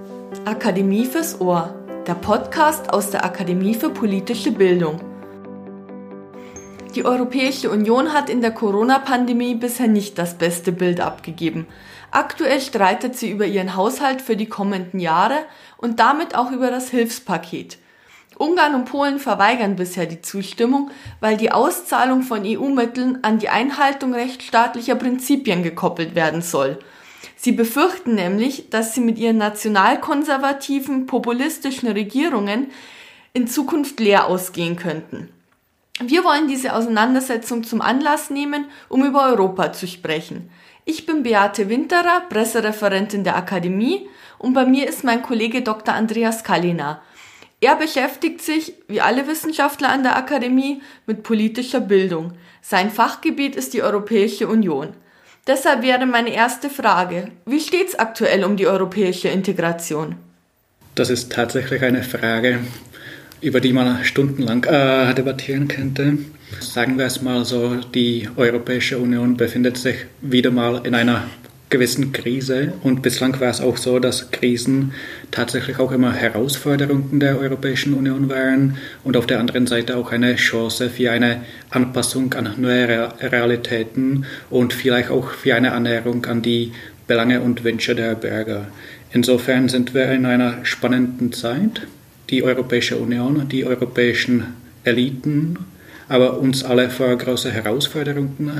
Akademie fürs Ohr, der Podcast aus der Akademie für politische Bildung. Die Europäische Union hat in der Corona-Pandemie bisher nicht das beste Bild abgegeben. Aktuell streitet sie über ihren Haushalt für die kommenden Jahre und damit auch über das Hilfspaket. Ungarn und Polen verweigern bisher die Zustimmung, weil die Auszahlung von EU-Mitteln an die Einhaltung rechtsstaatlicher Prinzipien gekoppelt werden soll. Sie befürchten nämlich, dass sie mit ihren nationalkonservativen, populistischen Regierungen in Zukunft leer ausgehen könnten. Wir wollen diese Auseinandersetzung zum Anlass nehmen, um über Europa zu sprechen. Ich bin Beate Winterer, Pressereferentin der Akademie, und bei mir ist mein Kollege Dr. Andreas Kallina. Er beschäftigt sich, wie alle Wissenschaftler an der Akademie, mit politischer Bildung. Sein Fachgebiet ist die Europäische Union. Deshalb wäre meine erste Frage: Wie steht's aktuell um die europäische Integration? Das ist tatsächlich eine Frage, über die man stundenlang debattieren könnte. Sagen wir es mal so, die Europäische Union befindet sich wieder mal in einer gewissen Krise, und bislang war es auch so, dass Krisen tatsächlich auch immer Herausforderungen der Europäischen Union waren und auf der anderen Seite auch eine Chance für eine Anpassung an neue Realitäten und vielleicht auch für eine Annäherung an die Belange und Wünsche der Bürger. Insofern sind wir in einer spannenden Zeit. Die Europäische Union, die europäischen Eliten, aber uns alle vor große Herausforderungen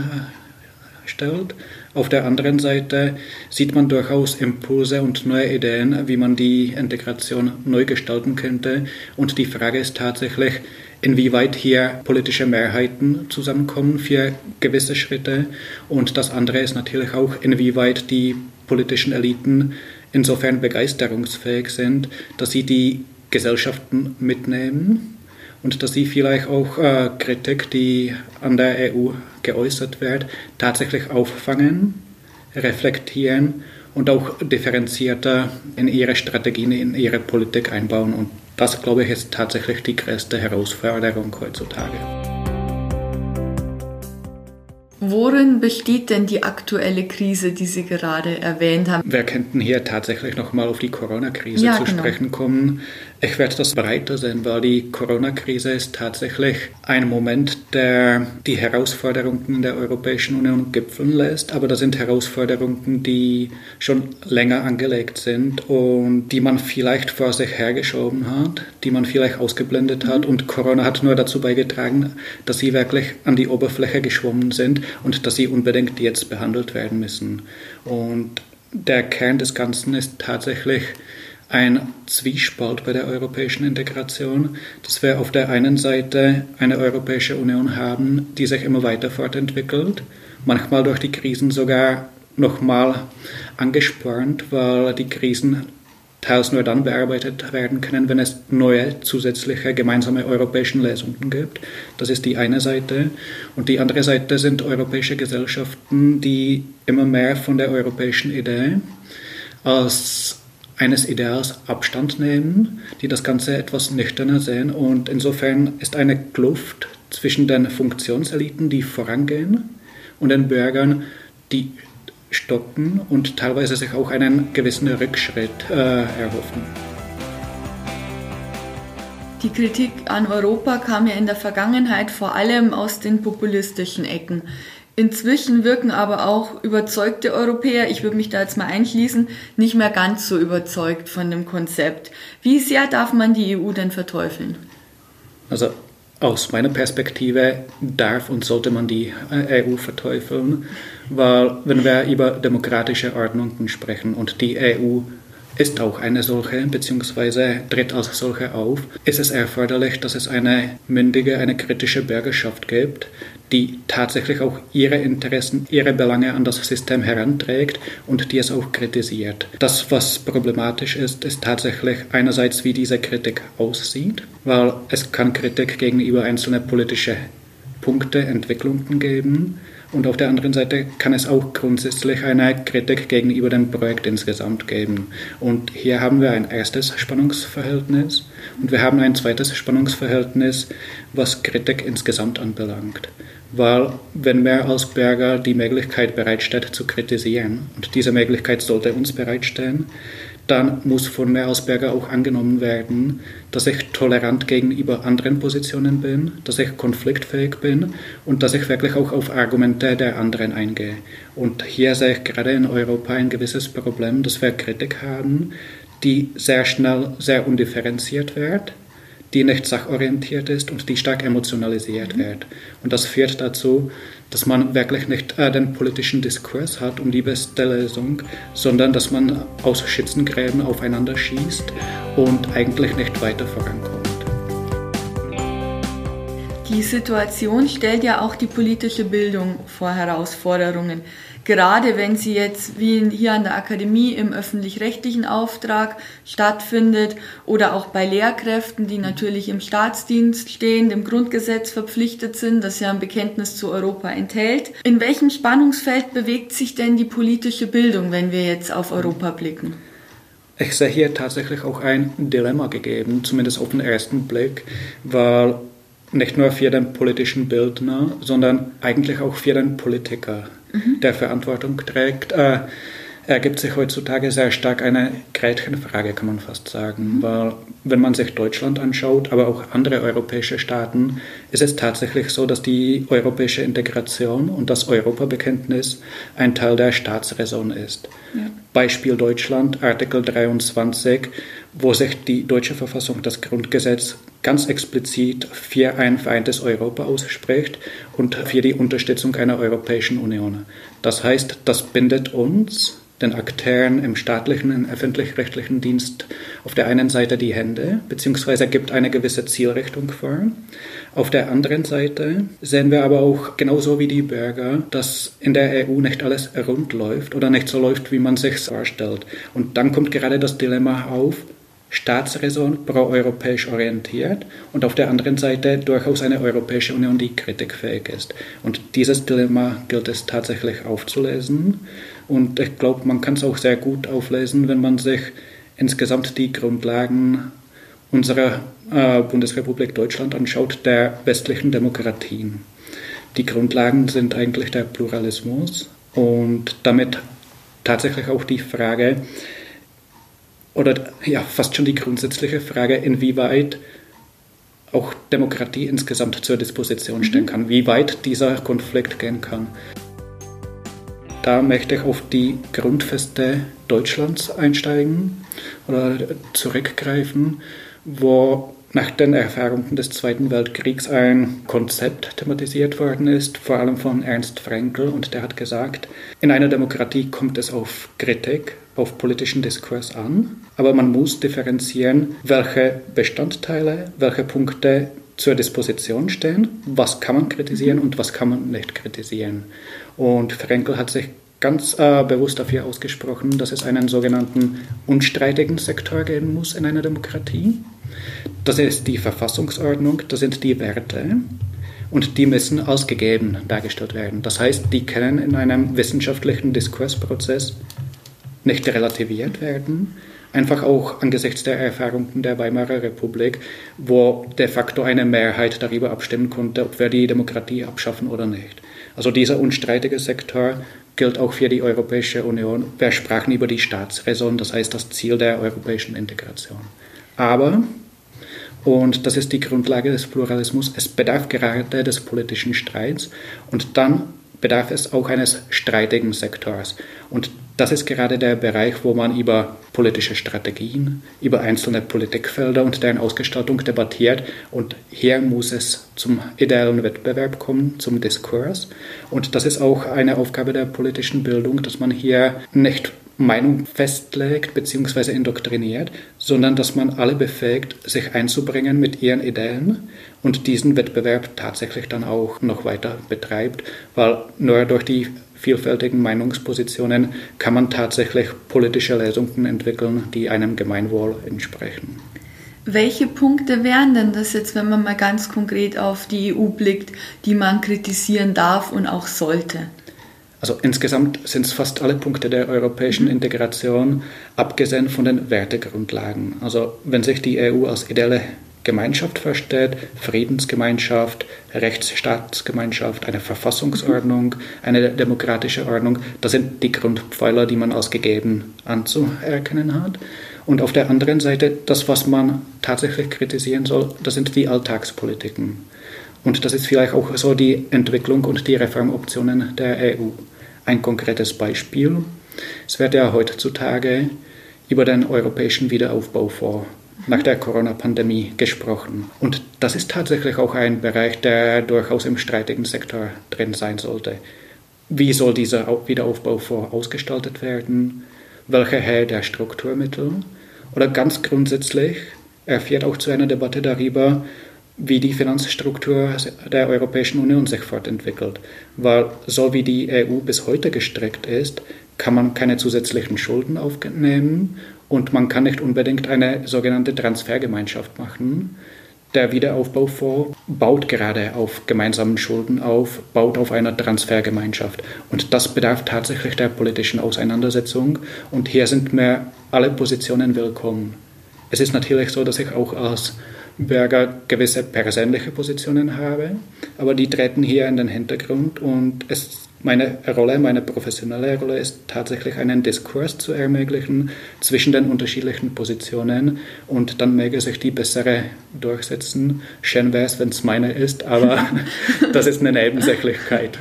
stellt. Auf der anderen Seite sieht man durchaus Impulse und neue Ideen, wie man die Integration neu gestalten könnte. Und die Frage ist tatsächlich, inwieweit hier politische Mehrheiten zusammenkommen für gewisse Schritte. Und das andere ist natürlich auch, inwieweit die politischen Eliten insofern begeisterungsfähig sind, dass sie die Gesellschaften mitnehmen und dass sie vielleicht auch Kritik, die an der EU geäußert wird, tatsächlich auffangen, reflektieren und auch differenzierter in ihre Strategien, in ihre Politik einbauen. Und das, glaube ich, ist tatsächlich die größte Herausforderung heutzutage. Worin besteht denn die aktuelle Krise, die Sie gerade erwähnt haben? Wir könnten hier tatsächlich nochmal auf die Corona-Krise zu sprechen kommen. Ich werde das breiter sehen, weil die Corona-Krise ist tatsächlich ein Moment, der die Herausforderungen der Europäischen Union gipfeln lässt. Aber das sind Herausforderungen, die schon länger angelegt sind und die man vielleicht vor sich hergeschoben hat, die man vielleicht ausgeblendet hat. Und Corona hat nur dazu beigetragen, dass sie wirklich an die Oberfläche geschwommen sind und dass sie unbedingt jetzt behandelt werden müssen. Und der Kern des Ganzen ist tatsächlich ein Zwiespalt bei der europäischen Integration, dass wir auf der einen Seite eine Europäische Union haben, die sich immer weiter fortentwickelt, manchmal durch die Krisen sogar nochmal angespornt, weil die Krisen teils nur dann bearbeitet werden können, wenn es neue, zusätzliche, gemeinsame europäische Lösungen gibt. Das ist die eine Seite. Und die andere Seite sind europäische Gesellschaften, die immer mehr von der europäischen Idee als eines Ideals Abstand nehmen, die das Ganze etwas nüchterner sehen. Und insofern ist eine Kluft zwischen den Funktionseliten, die vorangehen, und den Bürgern, die stocken und teilweise sich auch einen gewissen Rückschritt erhoffen. Die Kritik an Europa kam ja in der Vergangenheit vor allem aus den populistischen Ecken. Inzwischen wirken aber auch überzeugte Europäer, ich würde mich da jetzt mal einschließen, nicht mehr ganz so überzeugt von dem Konzept. Wie sehr darf man die EU denn verteufeln? Also aus meiner Perspektive darf und sollte man die EU verteufeln, weil wenn wir über demokratische Ordnungen sprechen und die EU ist auch eine solche, beziehungsweise tritt als solche auf, ist es erforderlich, dass es eine mündige, eine kritische Bürgerschaft gibt, die tatsächlich auch ihre Interessen, ihre Belange an das System heranträgt und die es auch kritisiert. Das, was problematisch ist, ist tatsächlich einerseits, wie diese Kritik aussieht, weil es kann Kritik gegenüber einzelnen politischen Punkte, Entwicklungen geben. Und auf der anderen Seite kann es auch grundsätzlich eine Kritik gegenüber dem Projekt insgesamt geben. Und hier haben wir ein erstes Spannungsverhältnis. Und wir haben ein zweites Spannungsverhältnis, was Kritik insgesamt anbelangt. Weil wenn wir als Bürger die Möglichkeit bereitstellt zu kritisieren, und diese Möglichkeit sollte uns bereitstellen, dann muss von mir als Bürger auch angenommen werden, dass ich tolerant gegenüber anderen Positionen bin, dass ich konfliktfähig bin und dass ich wirklich auch auf Argumente der anderen eingehe. Und hier sehe ich gerade in Europa ein gewisses Problem, dass wir Kritik haben, die sehr schnell sehr undifferenziert wird, die nicht sachorientiert ist und die stark emotionalisiert wird. Und das führt dazu, dass man wirklich nicht den politischen Diskurs hat um die beste Lösung, sondern dass man aus Schützengräben aufeinander schießt und eigentlich nicht weiter vorankommt. Die Situation stellt ja auch die politische Bildung vor Herausforderungen. Gerade wenn sie jetzt wie hier an der Akademie im öffentlich-rechtlichen Auftrag stattfindet oder auch bei Lehrkräften, die natürlich im Staatsdienst stehen, dem Grundgesetz verpflichtet sind, das ja ein Bekenntnis zu Europa enthält. In welchem Spannungsfeld bewegt sich denn die politische Bildung, wenn wir jetzt auf Europa blicken? Ich sehe hier tatsächlich auch ein Dilemma gegeben, zumindest auf den ersten Blick, weil nicht nur für den politischen Bildner, sondern eigentlich auch für den Politiker, der Verantwortung trägt, ergibt sich heutzutage sehr stark eine Gretchenfrage, kann man fast sagen. Weil wenn man sich Deutschland anschaut, aber auch andere europäische Staaten, ist es tatsächlich so, dass die europäische Integration und das Europabekenntnis ein Teil der Staatsräson ist. Ja. Beispiel Deutschland, Artikel 23, wo sich die deutsche Verfassung, das Grundgesetz, ganz explizit für ein vereintes Europa ausspricht und für die Unterstützung einer Europäischen Union. Das heißt, das bindet uns, den Akteuren im staatlichen, im öffentlich-rechtlichen Dienst, auf der einen Seite die Hände, beziehungsweise gibt eine gewisse Zielrichtung vor. Auf der anderen Seite sehen wir aber auch, genauso wie die Bürger, dass in der EU nicht alles rund läuft oder nicht so läuft, wie man sich vorstellt. Und dann kommt gerade das Dilemma auf, Staatsräson pro-europäisch orientiert und auf der anderen Seite durchaus eine Europäische Union, die kritikfähig ist. Und dieses Dilemma gilt es tatsächlich aufzulösen. Und ich glaube, man kann es auch sehr gut auflesen, wenn man sich insgesamt die Grundlagen unserer Bundesrepublik Deutschland anschaut, der westlichen Demokratien. Die Grundlagen sind eigentlich der Pluralismus und damit tatsächlich auch die Frage, oder ja, fast schon die grundsätzliche Frage, inwieweit auch Demokratie insgesamt zur Disposition stehen kann, wie weit dieser Konflikt gehen kann. Da möchte ich auf die Grundfeste Deutschlands einsteigen oder zurückgreifen, wo nach den Erfahrungen des Zweiten Weltkriegs ein Konzept thematisiert worden ist, vor allem von Ernst Fraenkel, und der hat gesagt, in einer Demokratie kommt es auf Kritik, auf politischen Diskurs an, aber man muss differenzieren, welche Bestandteile, welche Punkte zur Disposition stehen, was kann man kritisieren und was kann man nicht kritisieren. Und Fraenkel hat sich ganz bewusst dafür ausgesprochen, dass es einen sogenannten unstreitigen Sektor geben muss in einer Demokratie. Das ist die Verfassungsordnung, das sind die Werte und die müssen als gegeben dargestellt werden. Das heißt, die können in einem wissenschaftlichen Diskursprozess nicht relativiert werden, einfach auch angesichts der Erfahrungen der Weimarer Republik, wo de facto eine Mehrheit darüber abstimmen konnte, ob wir die Demokratie abschaffen oder nicht. Also dieser unstreitige Sektor gilt auch für die Europäische Union. Wir sprachen über die Staatsräson, das heißt das Ziel der europäischen Integration. Aber, und das ist die Grundlage des Pluralismus, es bedarf gerade des politischen Streits und dann bedarf es auch eines streitigen Sektors. Und das ist gerade der Bereich, wo man über politische Strategien, über einzelne Politikfelder und deren Ausgestaltung debattiert. Und hier muss es zum ideellen Wettbewerb kommen, zum Diskurs. Und das ist auch eine Aufgabe der politischen Bildung, dass man hier nicht Meinung festlegt bzw. indoktriniert, sondern dass man alle befähigt, sich einzubringen mit ihren Ideen und diesen Wettbewerb tatsächlich dann auch noch weiter betreibt, weil nur durch die vielfältigen Meinungspositionen kann man tatsächlich politische Lösungen entwickeln, die einem Gemeinwohl entsprechen. Welche Punkte wären denn das jetzt, wenn man mal ganz konkret auf die EU blickt, die man kritisieren darf und auch sollte? Also insgesamt sind es fast alle Punkte der europäischen Integration, abgesehen von den Wertegrundlagen. Also wenn sich die EU als ideale Gemeinschaft versteht, Friedensgemeinschaft, Rechtsstaatsgemeinschaft, eine Verfassungsordnung, eine demokratische Ordnung, das sind die Grundpfeiler, die man als gegeben anzuerkennen hat. Und auf der anderen Seite, das, was man tatsächlich kritisieren soll, das sind die Alltagspolitiken. Und das ist vielleicht auch so die Entwicklung und die Reformoptionen der EU. Ein konkretes Beispiel. Es wird ja heutzutage über den Europäischen Wiederaufbaufonds nach der Corona-Pandemie gesprochen. Und das ist tatsächlich auch ein Bereich, der durchaus im streitigen Sektor drin sein sollte. Wie soll dieser Wiederaufbaufonds ausgestaltet werden? Welche Höhe der Strukturmittel? Oder ganz grundsätzlich, er führt auch zu einer Debatte darüber, wie die Finanzstruktur der Europäischen Union sich fortentwickelt. Weil so wie die EU bis heute gestrickt ist, kann man keine zusätzlichen Schulden aufnehmen und man kann nicht unbedingt eine sogenannte Transfergemeinschaft machen. Der Wiederaufbaufonds baut gerade auf gemeinsamen Schulden auf, baut auf einer Transfergemeinschaft. Und das bedarf tatsächlich der politischen Auseinandersetzung. Und hier sind mir alle Positionen willkommen. Es ist natürlich so, dass ich auch als Bürger gewisse persönliche Positionen habe, aber die treten hier in den Hintergrund und meine professionelle Rolle ist tatsächlich einen Diskurs zu ermöglichen zwischen den unterschiedlichen Positionen und dann möge sich die bessere durchsetzen. Schön wäre es, wenn es meine ist, aber das ist eine Nebensächlichkeit.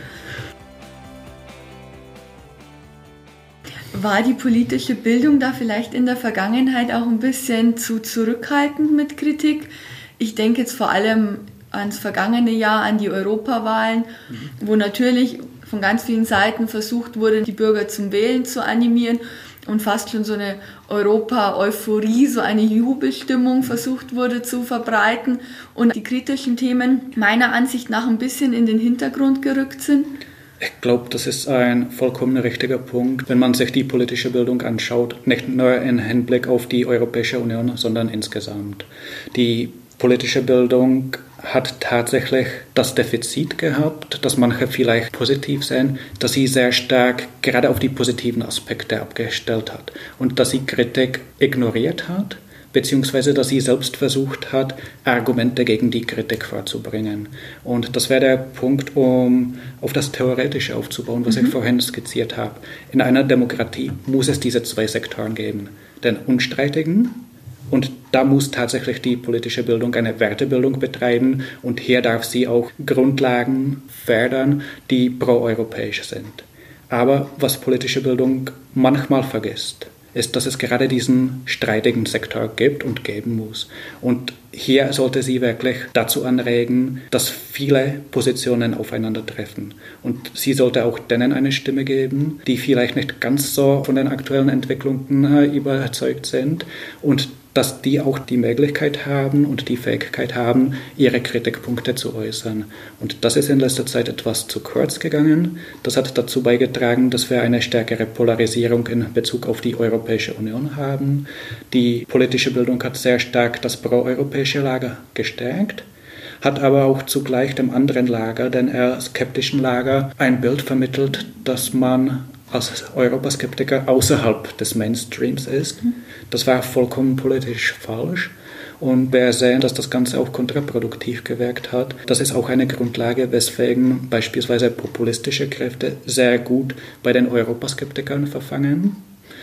War die politische Bildung da vielleicht in der Vergangenheit auch ein bisschen zu zurückhaltend mit Kritik? Ich denke jetzt vor allem ans vergangene Jahr, an die Europawahlen, wo natürlich von ganz vielen Seiten versucht wurde, die Bürger zum Wählen zu animieren und fast schon so eine Europa-Euphorie, so eine Jubelstimmung versucht wurde zu verbreiten und die kritischen Themen meiner Ansicht nach ein bisschen in den Hintergrund gerückt sind. Ich glaube, das ist ein vollkommen richtiger Punkt, wenn man sich die politische Bildung anschaut, nicht nur im Hinblick auf die Europäische Union, sondern insgesamt. Die politische Bildung hat tatsächlich das Defizit gehabt, dass manche vielleicht positiv sehen, dass sie sehr stark gerade auf die positiven Aspekte abgestellt hat und dass sie Kritik ignoriert hat, beziehungsweise dass sie selbst versucht hat, Argumente gegen die Kritik vorzubringen. Und das wäre der Punkt, um auf das Theoretische aufzubauen, was ich vorhin skizziert habe. In einer Demokratie muss es diese zwei Sektoren geben, den unstreitigen, und da muss tatsächlich die politische Bildung eine Wertebildung betreiben und hier darf sie auch Grundlagen fördern, die proeuropäisch sind. Aber was politische Bildung manchmal vergisst, ist, dass es gerade diesen streitigen Sektor gibt und geben muss. Und hier sollte sie wirklich dazu anregen, dass viele Positionen aufeinandertreffen. Und sie sollte auch denen eine Stimme geben, die vielleicht nicht ganz so von den aktuellen Entwicklungen überzeugt sind und dass die auch die Möglichkeit haben und die Fähigkeit haben, ihre Kritikpunkte zu äußern. Und das ist in letzter Zeit etwas zu kurz gegangen. Das hat dazu beigetragen, dass wir eine stärkere Polarisierung in Bezug auf die Europäische Union haben. Die politische Bildung hat sehr stark das proeuropäische Lager gestärkt, hat aber auch zugleich dem anderen Lager, den eher skeptischen Lager, ein Bild vermittelt, dass man als Europaskeptiker außerhalb des Mainstreams ist. Das war vollkommen politisch falsch. Und wir sehen, dass das Ganze auch kontraproduktiv gewirkt hat. Das ist auch eine Grundlage, weswegen beispielsweise populistische Kräfte sehr gut bei den Europaskeptikern verfangen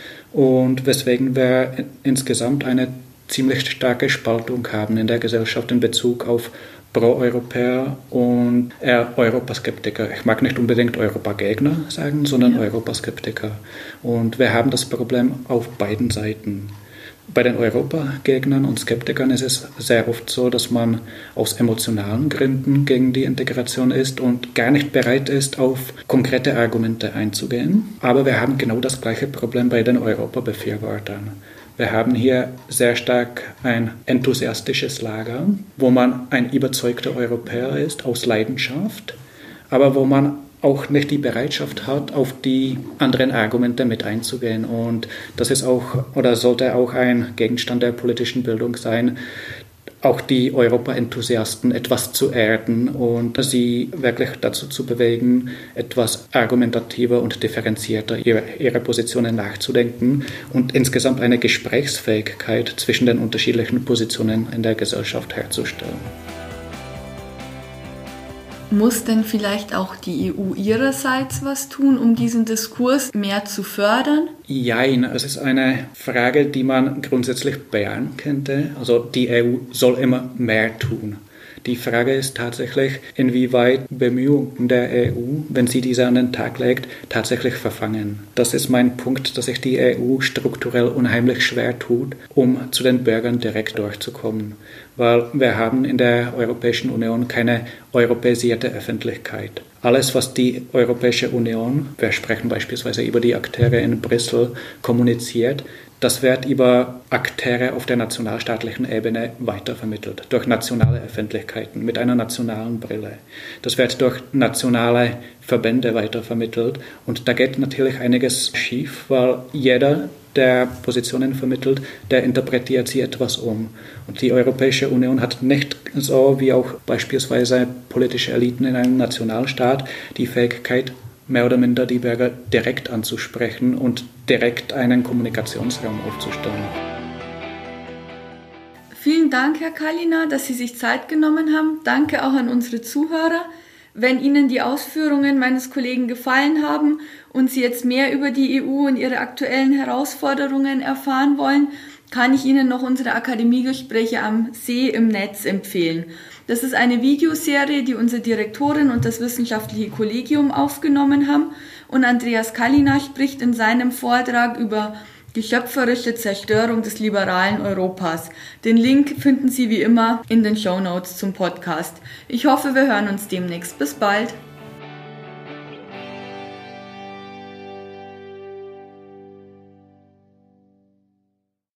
und weswegen wir insgesamt eine ziemlich starke Spaltung haben in der Gesellschaft in Bezug auf Pro-Europäer und eher Europaskeptiker. Ich mag nicht unbedingt Europagegner sagen, sondern Europaskeptiker. Und wir haben das Problem auf beiden Seiten. Bei den Europagegnern und Skeptikern ist es sehr oft so, dass man aus emotionalen Gründen gegen die Integration ist und gar nicht bereit ist, auf konkrete Argumente einzugehen. Aber wir haben genau das gleiche Problem bei den Europabefürwortern. Wir haben hier sehr stark ein enthusiastisches Lager, wo man ein überzeugter Europäer ist aus Leidenschaft, aber wo man auch nicht die Bereitschaft hat, auf die anderen Argumente mit einzugehen. Und das ist auch oder sollte auch ein Gegenstand der politischen Bildung sein, auch die Europa-Enthusiasten etwas zu erden und sie wirklich dazu zu bewegen, etwas argumentativer und differenzierter ihre Positionen nachzudenken und insgesamt eine Gesprächsfähigkeit zwischen den unterschiedlichen Positionen in der Gesellschaft herzustellen. Muss denn vielleicht auch die EU ihrerseits was tun, um diesen Diskurs mehr zu fördern? Jein, es ist eine Frage, die man grundsätzlich bejahen könnte. Also die EU soll immer mehr tun. Die Frage ist tatsächlich, inwieweit Bemühungen der EU, wenn sie diese an den Tag legt, tatsächlich verfangen. Das ist mein Punkt, dass sich die EU strukturell unheimlich schwer tut, um zu den Bürgern direkt durchzukommen. Weil wir haben in der Europäischen Union keine europäisierte Öffentlichkeit. Alles, was die Europäische Union, wir sprechen beispielsweise über die Akteure in Brüssel, kommuniziert, das wird über Akteure auf der nationalstaatlichen Ebene weitervermittelt, durch nationale Öffentlichkeiten mit einer nationalen Brille. Das wird durch nationale Verbände weitervermittelt und da geht natürlich einiges schief, weil jeder, der Positionen vermittelt, der interpretiert sie etwas um. Und die Europäische Union hat nicht so wie auch beispielsweise politische Eliten in einem Nationalstaat die Fähigkeit, mehr oder minder die Bürger direkt anzusprechen und direkt einen Kommunikationsraum aufzustellen. Vielen Dank, Herr Kallina, dass Sie sich Zeit genommen haben. Danke auch an unsere Zuhörer. Wenn Ihnen die Ausführungen meines Kollegen gefallen haben und Sie jetzt mehr über die EU und ihre aktuellen Herausforderungen erfahren wollen, kann ich Ihnen noch unsere Akademiegespräche am See im Netz empfehlen. Das ist eine Videoserie, die unsere Direktorin und das wissenschaftliche Kollegium aufgenommen haben. Und Andreas Kallina spricht in seinem Vortrag über die schöpferische Zerstörung des liberalen Europas. Den Link finden Sie wie immer in den Shownotes zum Podcast. Ich hoffe, wir hören uns demnächst. Bis bald.